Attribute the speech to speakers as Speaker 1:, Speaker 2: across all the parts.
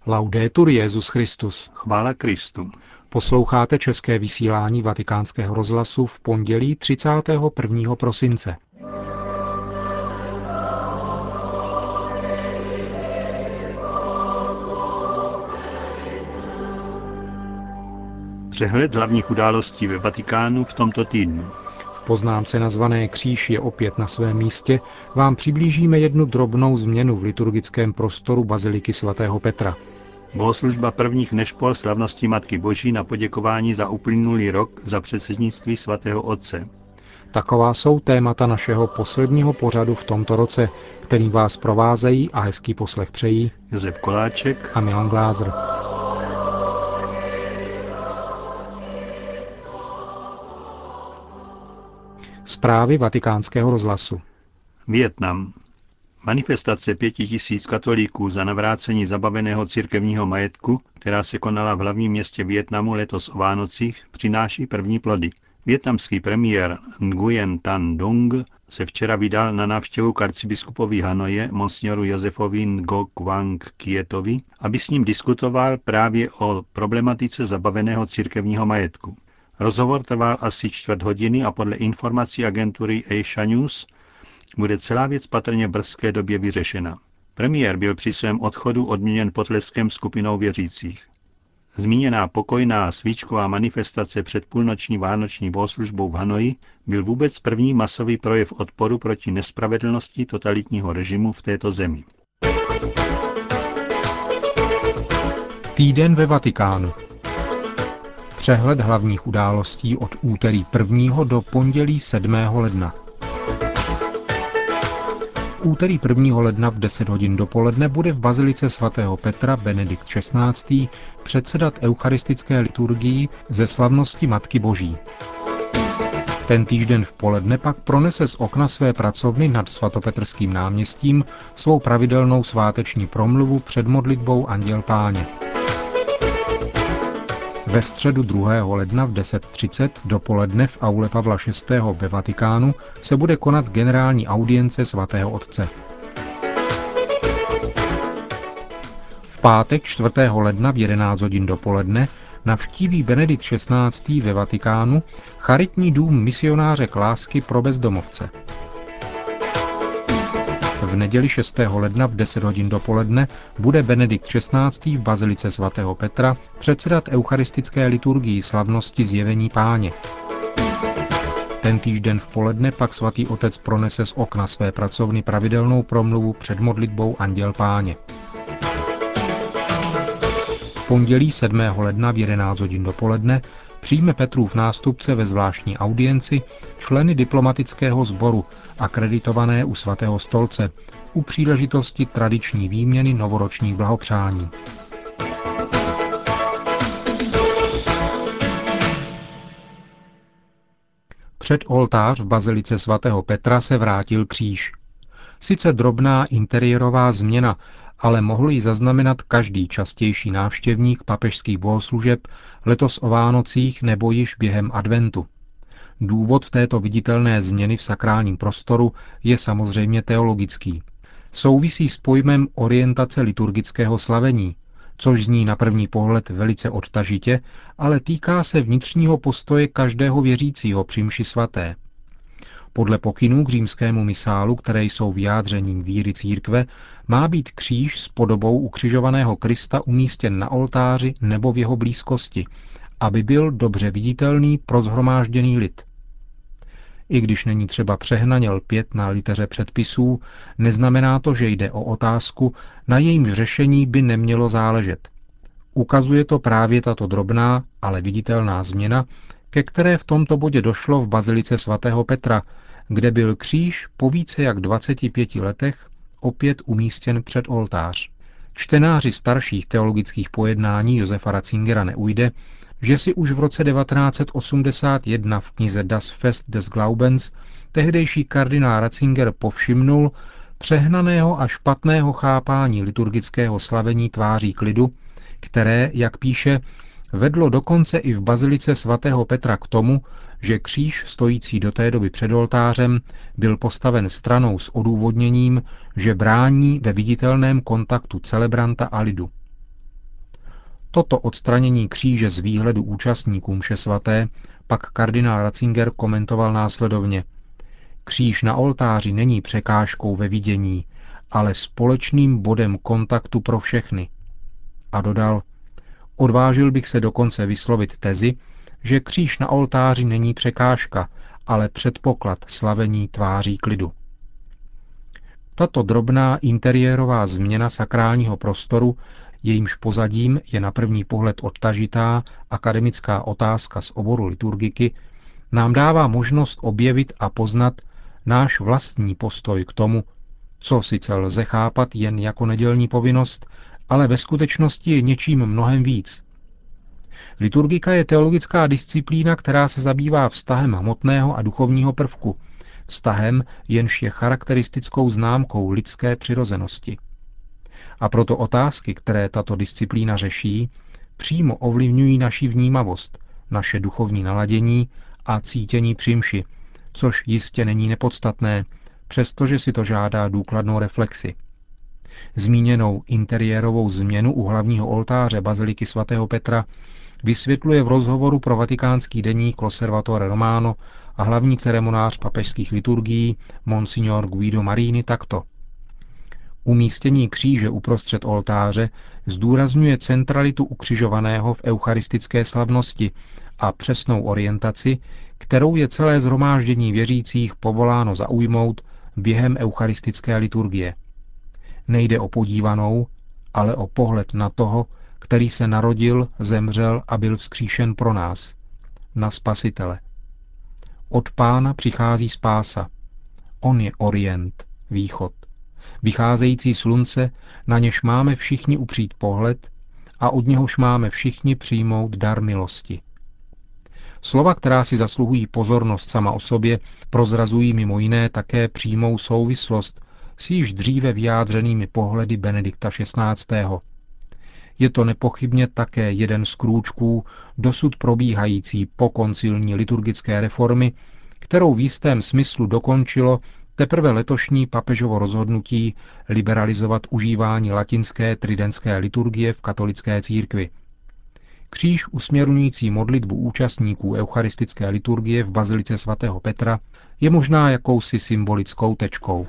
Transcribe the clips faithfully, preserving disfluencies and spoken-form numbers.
Speaker 1: Laudetur Jesus Christus.
Speaker 2: Chvála Kristu.
Speaker 1: Posloucháte české vysílání Vatikánského rozhlasu v pondělí třicátého prvního prosince.
Speaker 2: Přehled hlavních událostí ve Vatikánu v tomto týdnu.
Speaker 1: V poznámce nazvané Kříž je opět na svém místě vám přiblížíme jednu drobnou změnu v liturgickém prostoru baziliky svatého Petra.
Speaker 2: Bohoslužba prvních nešpol slavnosti Matky Boží na poděkování za uplynulý rok za předsednictví svatého Otce.
Speaker 1: Taková jsou témata našeho posledního pořadu v tomto roce, kterým vás provázejí a hezký poslech přejí
Speaker 2: Josef Koláček
Speaker 1: a Milan Glázer. Zprávy Vatikánského rozhlasu.
Speaker 2: Vietnam. Manifestace pěti tisíc katolíků za navrácení zabaveného církevního majetku, která se konala v hlavním městě Vietnamu letos o Vánocích, přináší první plody. Vietnamský premiér Nguyen Tan Dung se včera vydal na návštěvu k arcibiskupovi Hanoje, monsignoru Josefovi Ngo Quang Kietovi, aby s ním diskutoval právě o problematice zabaveného církevního majetku. Rozhovor trval asi čtvrt hodiny a podle informací agentury Asia News bude celá věc patrně v brzké době vyřešena. Premiér byl při svém odchodu odměněn potleskem skupinou věřících. Zmíněná pokojná svíčková manifestace před půlnoční vánoční bohoslužbou v Hanoji byl vůbec první masový projev odporu proti nespravedlnosti totalitního režimu v této zemi.
Speaker 1: Týden ve Vatikánu. Přehled hlavních událostí od úterý prvního do pondělí sedmého ledna. V úterý prvního ledna v deset hodin dopoledne bude v bazilice svatého Petra Benedikt šestnáctý předsedat eucharistické liturgii ze slavnosti Matky Boží. Ten týžden v poledne pak pronese z okna své pracovny nad svatopetrským náměstím svou pravidelnou sváteční promluvu před modlitbou Anděl Páně. Ve středu druhého ledna v deset třicet dopoledne v aule Pavla šestého ve Vatikánu se bude konat generální audience svatého Otce. V pátek čtvrtého ledna v jedenáct hodin dopoledne navštíví Benedikt šestnáctý ve Vatikánu charitní dům misionáře k lásky pro bezdomovce. V neděli šestého ledna v deset hodin dopoledne bude Benedikt šestnáctý v bazilice svatého Petra předsedat eucharistické liturgii slavnosti Zjevení Páně. Ten týžden v poledne pak svatý otec pronese z okna své pracovny pravidelnou promluvu před modlitbou Anděl Páně. V pondělí sedmého ledna v jedenáct hodin dopoledne přijme Petrův nástupce ve zvláštní audienci členy diplomatického sboru akreditované u svatého stolce u příležitosti tradiční výměny novoročních blahopřání. Před oltář v bazilice svatého Petra se vrátil kříž. Sice drobná interiérová změna, ale mohl ji zaznamenat každý častější návštěvník papežských bohoslužeb letos o Vánocích nebo již během adventu. Důvod této viditelné změny v sakrálním prostoru je samozřejmě teologický. Souvisí s pojmem orientace liturgického slavení, což zní na první pohled velice odtažitě, ale týká se vnitřního postoje každého věřícího při mši svaté. Podle pokynů k římskému misálu, které jsou vyjádřením víry církve, má být kříž s podobou ukřižovaného Krista umístěn na oltáři nebo v jeho blízkosti, aby byl dobře viditelný pro shromážděný lid. I když není třeba přehnaně lpět na liteře předpisů, neznamená to, že jde o otázku, na jejímž řešení by nemělo záležet. Ukazuje to právě tato drobná, ale viditelná změna, ke které v tomto bodě došlo v bazilice svatého Petra, kde byl kříž po více jak dvaceti pěti letech opět umístěn před oltář. Čtenáři starších teologických pojednání Josefa Ratzingera neujde, že si už v roce devatenáct set osmdesát jedna v knize Das Fest des Glaubens tehdejší kardinál Ratzinger povšimnul přehnaného a špatného chápání liturgického slavení tváří klidu, které, jak píše, vedlo dokonce i v bazilice svatého Petra k tomu, že kříž stojící do té doby před oltářem byl postaven stranou s odůvodněním, že brání ve viditelném kontaktu celebranta a lidu. Toto odstranění kříže z výhledu účastníků mše svaté pak kardinál Ratzinger komentoval následovně. Kříž na oltáři není překážkou ve vidění, ale společným bodem kontaktu pro všechny. A dodal, odvážil bych se dokonce vyslovit tezi, že kříž na oltáři není překážka, ale předpoklad slavení tváří klidu. Tato drobná interiérová změna sakrálního prostoru, jejímž pozadím je na první pohled odtažitá akademická otázka z oboru liturgiky, nám dává možnost objevit a poznat náš vlastní postoj k tomu, co sice lze chápat jen jako nedělní povinnost, ale ve skutečnosti je něčím mnohem víc. Liturgika je teologická disciplína, která se zabývá vztahem hmotného a duchovního prvku, vztahem, jenž je charakteristickou známkou lidské přirozenosti. A proto otázky, které tato disciplína řeší, přímo ovlivňují naši vnímavost, naše duchovní naladění a cítění při mši, což jistě není nepodstatné, přestože si to žádá důkladnou reflexi. Zmíněnou interiérovou změnu u hlavního oltáře baziliky svatého Petra vysvětluje v rozhovoru pro vatikánský deník L'Osservatore Romano a hlavní ceremonář papežských liturgií Monsignor Guido Marini takto. Umístění kříže uprostřed oltáře zdůrazňuje centralitu ukřižovaného v eucharistické slavnosti a přesnou orientaci, kterou je celé shromáždění věřících povoláno zaujmout během eucharistické liturgie. Nejde o podívanou, ale o pohled na toho, který se narodil, zemřel a byl vzkříšen pro nás, na Spasitele. Od Pána přichází spása. On je orient, východ, vycházející slunce, na něž máme všichni upřít pohled a od něhož máme všichni přijmout dar milosti. Slova, která si zasluhují pozornost sama o sobě, prozrazují mimo jiné také přímou souvislost s již dříve vyjádřenými pohledy Benedikta šestnáctého. Je to nepochybně také jeden z krůčků dosud probíhající pokoncilní liturgické reformy, kterou v jistém smyslu dokončilo teprve letošní papežovo rozhodnutí liberalizovat užívání latinské tridentské liturgie v katolické církvi. Kříž usměrňující modlitbu účastníků eucharistické liturgie v bazilice svatého Petra je možná jakousi symbolickou tečkou.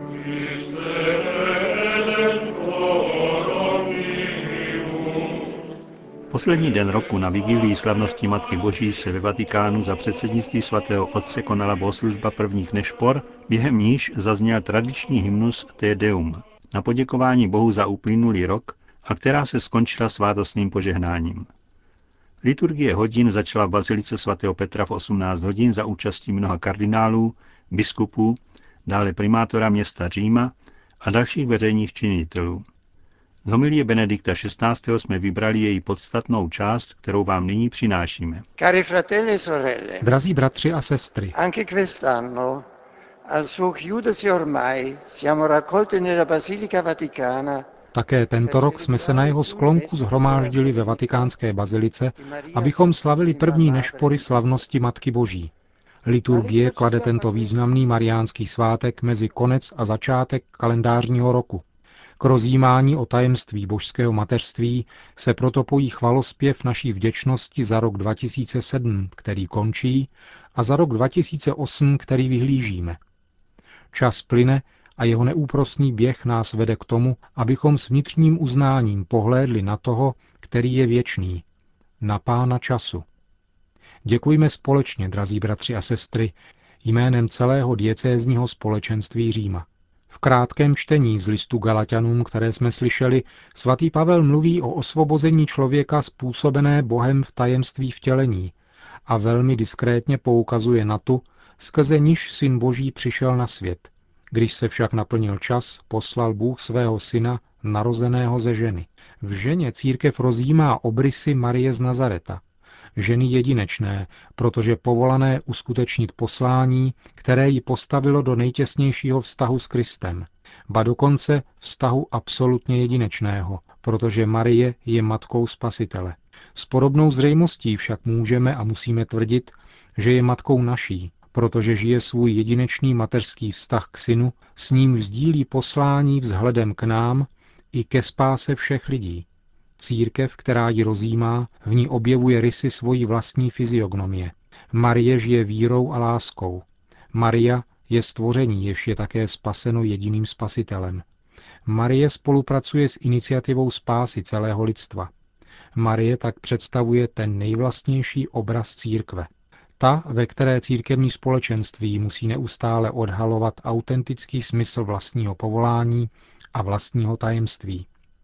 Speaker 2: Poslední den roku na vigílii slavnosti Matky Boží se ve Vatikánu za předsednictví svatého otce konala bohoslužba prvních nešpor, během níž zazněl tradiční hymnus Te Deum na poděkování Bohu za uplynulý rok a která se skončila svátostným požehnáním. Liturgie hodin začala v bazilice svatého Petra v osmnáct hodin za účastí mnoha kardinálů, biskupů, dále primátora města Říma a dalších veřejných činitelů. Z homilie Benedikta šestnáctého jsme vybrali její podstatnou část, kterou vám nyní přinášíme.
Speaker 3: Cari fratelli e sorelle,
Speaker 1: Drazí bratři a sestry,
Speaker 3: anche quest'anno, al suo chiudersi ormai, siamo raccolti nella Basilica Vaticana.
Speaker 1: také tento rok jsme se na jeho sklonku shromáždili ve vatikánské bazilice, abychom slavili první nešpory slavnosti Matky Boží. Liturgie klade tento významný mariánský svátek mezi konec a začátek kalendářního roku. K rozjímání o tajemství božského mateřství se proto pojí chvalospěv naší vděčnosti za rok dva tisíce sedm, který končí, a za rok dva tisíce osm, který vyhlížíme. Čas plyne a jeho neúprosný běh nás vede k tomu, abychom s vnitřním uznáním pohlédli na toho, který je věčný, na Pána času. Děkujme společně, drazí bratři a sestry, jménem celého diecézního společenství Říma. V krátkém čtení z listu Galatianům, které jsme slyšeli, svatý Pavel mluví o osvobození člověka způsobené Bohem v tajemství vtělení a velmi diskrétně poukazuje na tu, skrze níž Syn Boží přišel na svět. Když se však naplnil čas, poslal Bůh svého syna, narozeného ze ženy. V ženě církev rozjímá obrysy Marie z Nazareta, ženy jedinečné, protože povolané uskutečnit poslání, které ji postavilo do nejtěsnějšího vztahu s Kristem, ba dokonce vztahu absolutně jedinečného, protože Marie je matkou Spasitele. S podobnou zřejmostí však můžeme a musíme tvrdit, že je matkou naší, protože žije svůj jedinečný mateřský vztah k synu, s ním sdílí poslání vzhledem k nám i ke spáse všech lidí. Církev, která ji rozjímá, v ní objevuje rysy svojí vlastní fyziognomie. Marie žije vírou a láskou. Maria je stvoření, jež je také spaseno jediným spasitelem. Marie spolupracuje s iniciativou spásy celého lidstva. Marie tak představuje ten nejvlastnější obraz církve. Ta, ve které církevní společenství musí neustále odhalovat autentický smysl vlastního povolání a vlastního tajemství.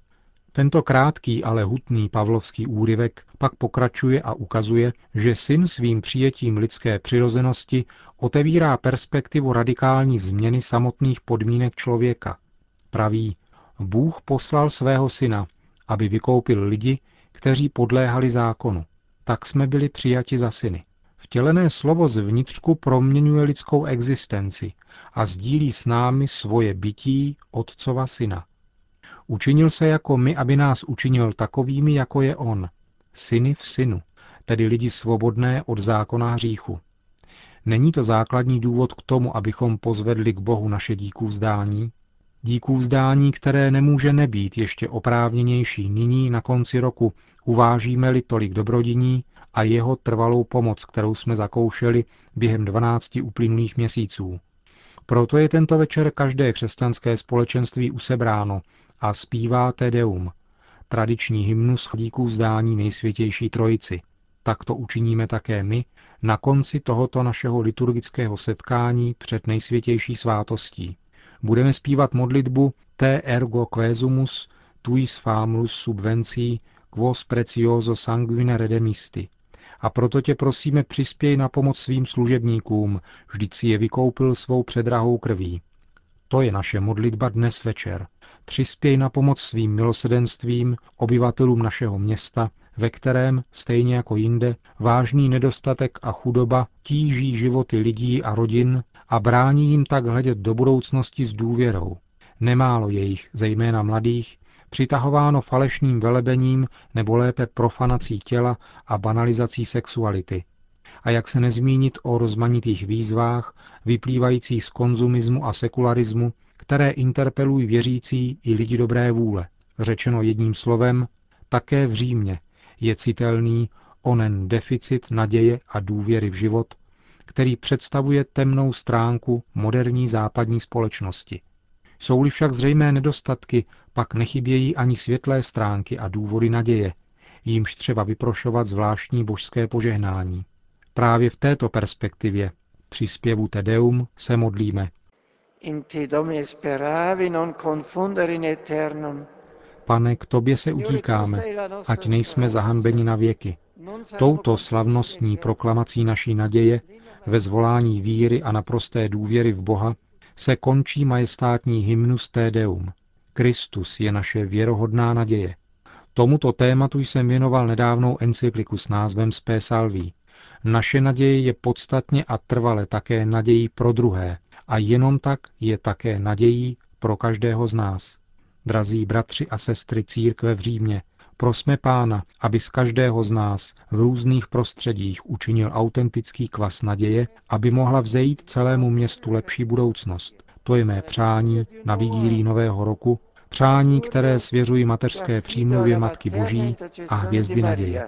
Speaker 1: Tento krátký, ale hutný pavlovský úryvek pak pokračuje a ukazuje, že syn svým přijetím lidské přirozenosti otevírá perspektivu radikální změny samotných podmínek člověka. Praví, Bůh poslal svého syna, aby vykoupil lidi, kteří podléhali zákonu. Tak jsme byli přijati za syny. Vtělené slovo zvnitřku proměňuje lidskou existenci a sdílí s námi svoje bytí Otcova syna. Učinil se jako my, aby nás učinil takovými, jako je on. Syny v synu, tedy lidi svobodné od zákona hříchu. Není to základní důvod k tomu, abychom pozvedli k Bohu naše díkůvzdání? Díkůvzdání, které nemůže nebýt ještě oprávněnější nyní na konci roku, uvážíme-li tolik dobrodiní a jeho trvalou pomoc, kterou jsme zakoušeli během dvanácti uplynulých měsíců. Proto je tento večer každé křesťanské společenství usebráno a zpívá Te Deum, tradiční hymnus díkůvzdání Nejsvětější Trojici. Tak to učiníme také my na konci tohoto našeho liturgického setkání před Nejsvětější svátostí. Budeme zpívat modlitbu Te ergo quesumus, tuis famulus subvencí, quos precioso sanguine redemisti. A proto tě prosíme, přispěj na pomoc svým služebníkům, vždyť si je vykoupil svou předrahou krví. To je naše modlitba dnes večer. Přispěj na pomoc svým milosrdenstvím obyvatelům našeho města, ve kterém, stejně jako jinde, vážný nedostatek a chudoba tíží životy lidí a rodin a brání jim tak hledět do budoucnosti s důvěrou. Nemálo je jich, zejména mladých, přitahováno falešným velebením nebo lépe profanací těla a banalizací sexuality. A jak se nezmínit o rozmanitých výzvách, vyplývajících z konzumismu a sekularismu, které interpelují věřící i lidi dobré vůle. Řečeno jedním slovem, také v Římě je citelný onen deficit naděje a důvěry v život, který představuje temnou stránku moderní západní společnosti. Jsou-li však zřejmé nedostatky, pak nechybějí ani světlé stránky a důvody naděje, jímž třeba vyprošovat zvláštní božské požehnání. Právě v této perspektivě při zpěvu Te Deum se modlíme.
Speaker 3: In te Domine speravi non confundere in eternum.
Speaker 1: Pane, k tobě se utíkáme, ať nejsme zahanbeni na věky. Touto slavnostní proklamací naší naděje, ve zvolání víry a naprosté důvěry v Boha, se končí majestátní hymnus Te Deum. Kristus je naše věrohodná naděje. Tomuto tématu jsem věnoval nedávnou encykliku s názvem Spe Salvi. Naše naděje je podstatně a trvale také nadějí pro druhé a jenom tak je také nadějí pro každého z nás. Drazí bratři a sestry církve v Římě, prosme Pána, aby z každého z nás v různých prostředích učinil autentický kvas naděje, aby mohla vzejít celému městu lepší budoucnost. To je mé přání na vigílii Nového roku, přání, které svěřuji mateřské přímluvě Matky Boží a hvězdy naděje.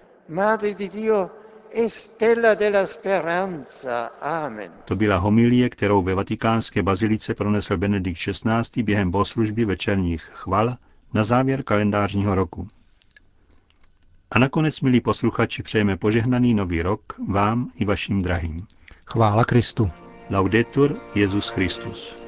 Speaker 2: To byla homilie, kterou ve vatikánské bazilice pronesl Benedikt šestnáctý. Během bohoslužby večerních chval na závěr kalendářního roku. A nakonec, milí posluchači, přejeme požehnaný nový rok vám i vašim drahým.
Speaker 1: Chvála Kristu.
Speaker 2: Laudetur Jesus Christus.